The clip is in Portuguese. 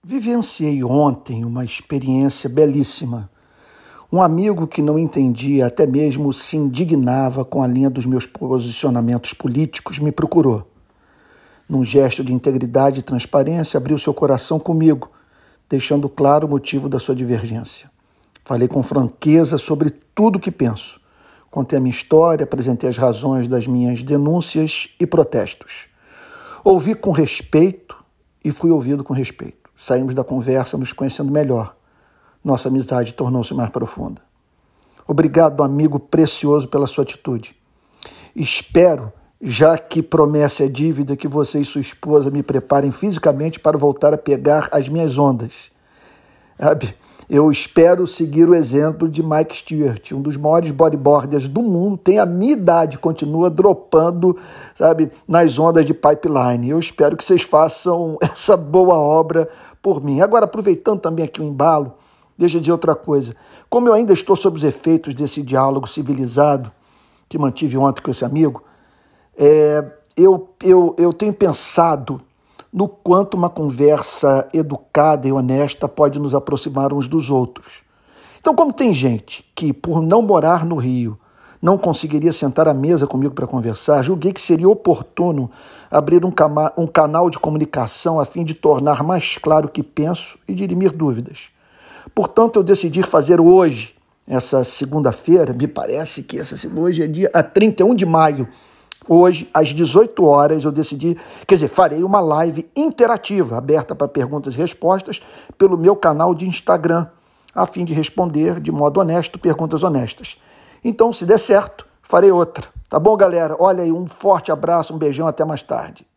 Vivenciei ontem uma experiência belíssima. Um amigo que não entendia, até mesmo se indignava com a linha dos meus posicionamentos políticos, me procurou. Num gesto de integridade e transparência, abriu seu coração comigo, deixando claro o motivo da sua divergência. Falei com franqueza sobre tudo o que penso. Contei a minha história, apresentei as razões das minhas denúncias e protestos. Ouvi com respeito e fui ouvido com respeito. Saímos da conversa nos conhecendo melhor. Nossa amizade tornou-se mais profunda. Obrigado, amigo precioso, pela sua atitude. Espero, já que promessa é dívida, que você e sua esposa me preparem fisicamente para voltar a pegar as minhas ondas. Sabe? Eu espero seguir o exemplo de Mike Stewart, um dos maiores bodyboarders do mundo, tem a minha idade, continua dropando, sabe, nas ondas de pipeline. Eu espero que vocês façam essa boa obra por mim. Agora, aproveitando também aqui o embalo, deixa eu dizer outra coisa. Como eu ainda estou sob os efeitos desse diálogo civilizado que mantive ontem com esse amigo, eu tenho pensado no quanto uma conversa educada e honesta pode nos aproximar uns dos outros. Então, como tem gente que, por não morar no Rio, não conseguiria sentar à mesa comigo para conversar, julguei que seria oportuno abrir um canal de comunicação a fim de tornar mais claro o que penso e dirimir dúvidas. Portanto, eu decidi fazer hoje, essa segunda-feira, me parece que hoje é dia 31 de maio, hoje, às 18 horas, eu decidi, farei uma live interativa, aberta para perguntas e respostas, pelo meu canal de Instagram, a fim de responder de modo honesto perguntas honestas. Então, se der certo, farei outra. Tá bom, galera? Olha aí, um forte abraço, um beijão, até mais tarde.